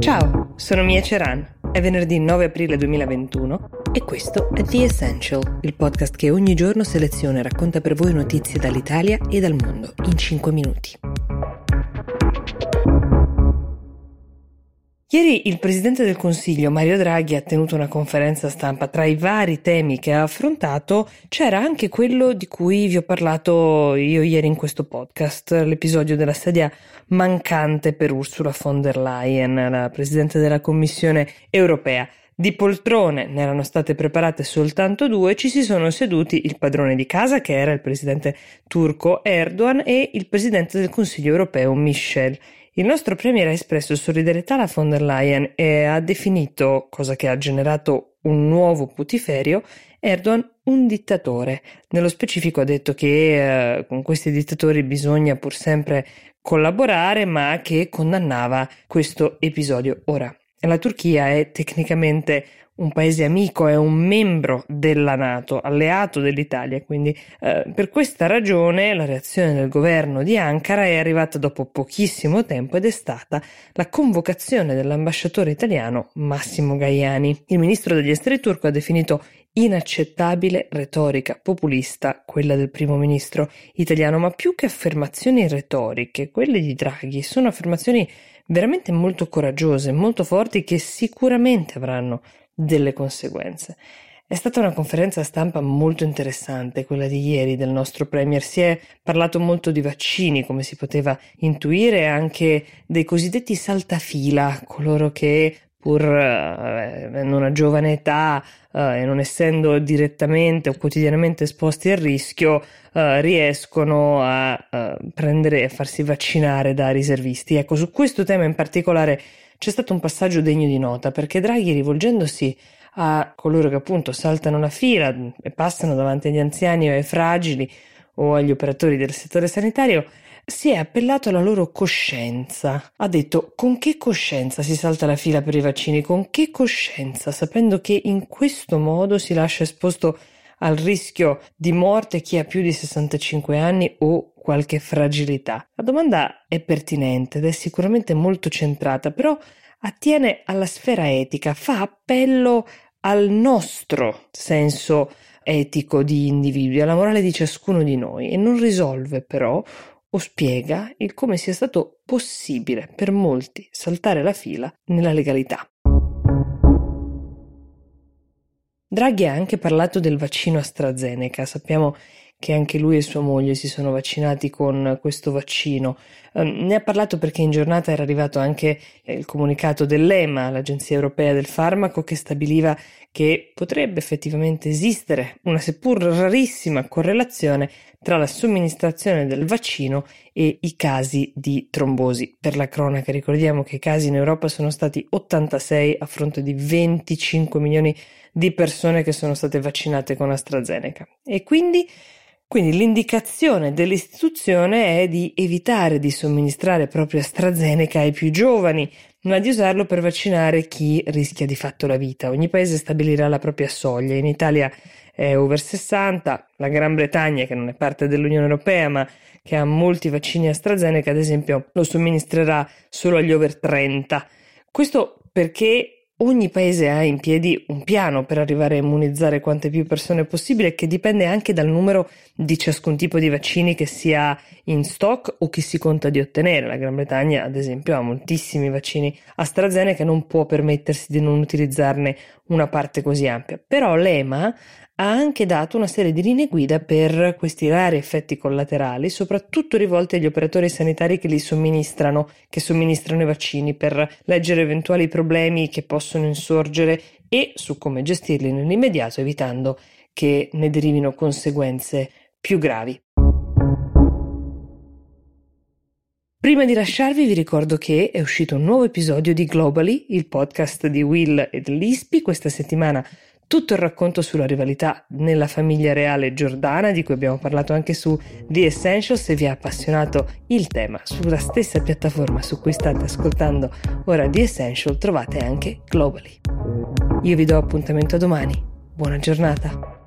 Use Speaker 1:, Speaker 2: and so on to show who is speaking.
Speaker 1: Ciao, sono Mia Ceran. È venerdì 9 aprile 2021 e questo è The Essential, il podcast che ogni giorno seleziona e racconta per voi notizie dall'Italia e dal mondo in 5 minuti. Ieri il Presidente del Consiglio, Mario Draghi, ha tenuto una conferenza stampa. Tra i vari temi che ha affrontato c'era anche quello di cui vi ho parlato io ieri in questo podcast, l'episodio della sedia mancante per Ursula von der Leyen, la Presidente della Commissione europea. Di poltrone ne erano state preparate soltanto 2, ci si sono seduti il padrone di casa, che era il Presidente turco Erdogan, e il Presidente del Consiglio europeo Michel. Il nostro premier ha espresso solidarietà alla von der Leyen e ha definito, cosa che ha generato un nuovo putiferio, Erdogan un dittatore. Nello specifico ha detto che con questi dittatori bisogna pur sempre collaborare, ma che condannava questo episodio. Ora, la Turchia è tecnicamente un paese amico, è un membro della NATO, alleato dell'Italia, quindi per questa ragione la reazione del governo di Ankara è arrivata dopo pochissimo tempo ed è stata la convocazione dell'ambasciatore italiano Massimo Gaiani. Il ministro degli esteri turco ha definito inaccettabile retorica populista quella del primo ministro italiano, ma più che affermazioni retoriche, quelle di Draghi sono affermazioni veramente molto coraggiose, molto forti, che sicuramente avranno delle conseguenze. È stata una conferenza stampa molto interessante quella di ieri del nostro premier. Si è parlato molto di vaccini, come si poteva intuire, anche dei cosiddetti saltafila, coloro che pur avendo una giovane età e non essendo direttamente o quotidianamente esposti al rischio, riescono a prendere e a farsi vaccinare da riservisti. Ecco, su questo tema in particolare c'è stato un passaggio degno di nota, perché Draghi, rivolgendosi a coloro che appunto saltano la fila e passano davanti agli anziani o ai fragili o agli operatori del settore sanitario, si è appellato alla loro coscienza. Ha detto: con che coscienza si salta la fila per i vaccini? Con che coscienza? Sapendo che in questo modo si lascia esposto al rischio di morte chi ha più di 65 anni o qualche fragilità. La domanda è pertinente ed è sicuramente molto centrata, però attiene alla sfera etica, fa appello al nostro senso etico di individui, alla morale di ciascuno di noi, e non risolve però o spiega il come sia stato possibile per molti saltare la fila nella legalità. Draghi ha anche parlato del vaccino AstraZeneca. Sappiamo che anche lui e sua moglie si sono vaccinati con questo vaccino. Ne ha parlato perché in giornata era arrivato anche il comunicato dell'EMA, l'Agenzia Europea del Farmaco, che stabiliva che potrebbe effettivamente esistere una seppur rarissima correlazione tra la somministrazione del vaccino e i casi di trombosi. Per la cronaca ricordiamo che i casi in Europa sono stati 86 a fronte di 25 milioni di persone che sono state vaccinate con AstraZeneca. E quindi l'indicazione dell'istituzione è di evitare di somministrare proprio AstraZeneca ai più giovani, ma di usarlo per vaccinare chi rischia di fatto la vita. Ogni paese stabilirà la propria soglia. In Italia è over 60, la Gran Bretagna, che non è parte dell'Unione Europea ma che ha molti vaccini AstraZeneca, ad esempio, lo somministrerà solo agli over 30. Questo perché ogni paese ha in piedi un piano per arrivare a immunizzare quante più persone possibile, che dipende anche dal numero di ciascun tipo di vaccini che si ha in stock o che si conta di ottenere. La Gran Bretagna, ad esempio, ha moltissimi vaccini AstraZeneca e non può permettersi di non utilizzarne una parte così ampia. Però l'EMA ha anche dato una serie di linee guida per questi rari effetti collaterali, soprattutto rivolti agli operatori sanitari che somministrano i vaccini, per leggere eventuali problemi che possono insorgere e su come gestirli nell'immediato, evitando che ne derivino conseguenze più gravi. Prima di lasciarvi vi ricordo che è uscito un nuovo episodio di Globally, il podcast di Will e dell'ISPI. Questa settimana tutto il racconto sulla rivalità nella famiglia reale giordana, di cui abbiamo parlato anche su The Essential. Se vi è appassionato il tema, sulla stessa piattaforma su cui state ascoltando ora The Essential trovate anche Globally. Io vi do appuntamento a domani. Buona giornata.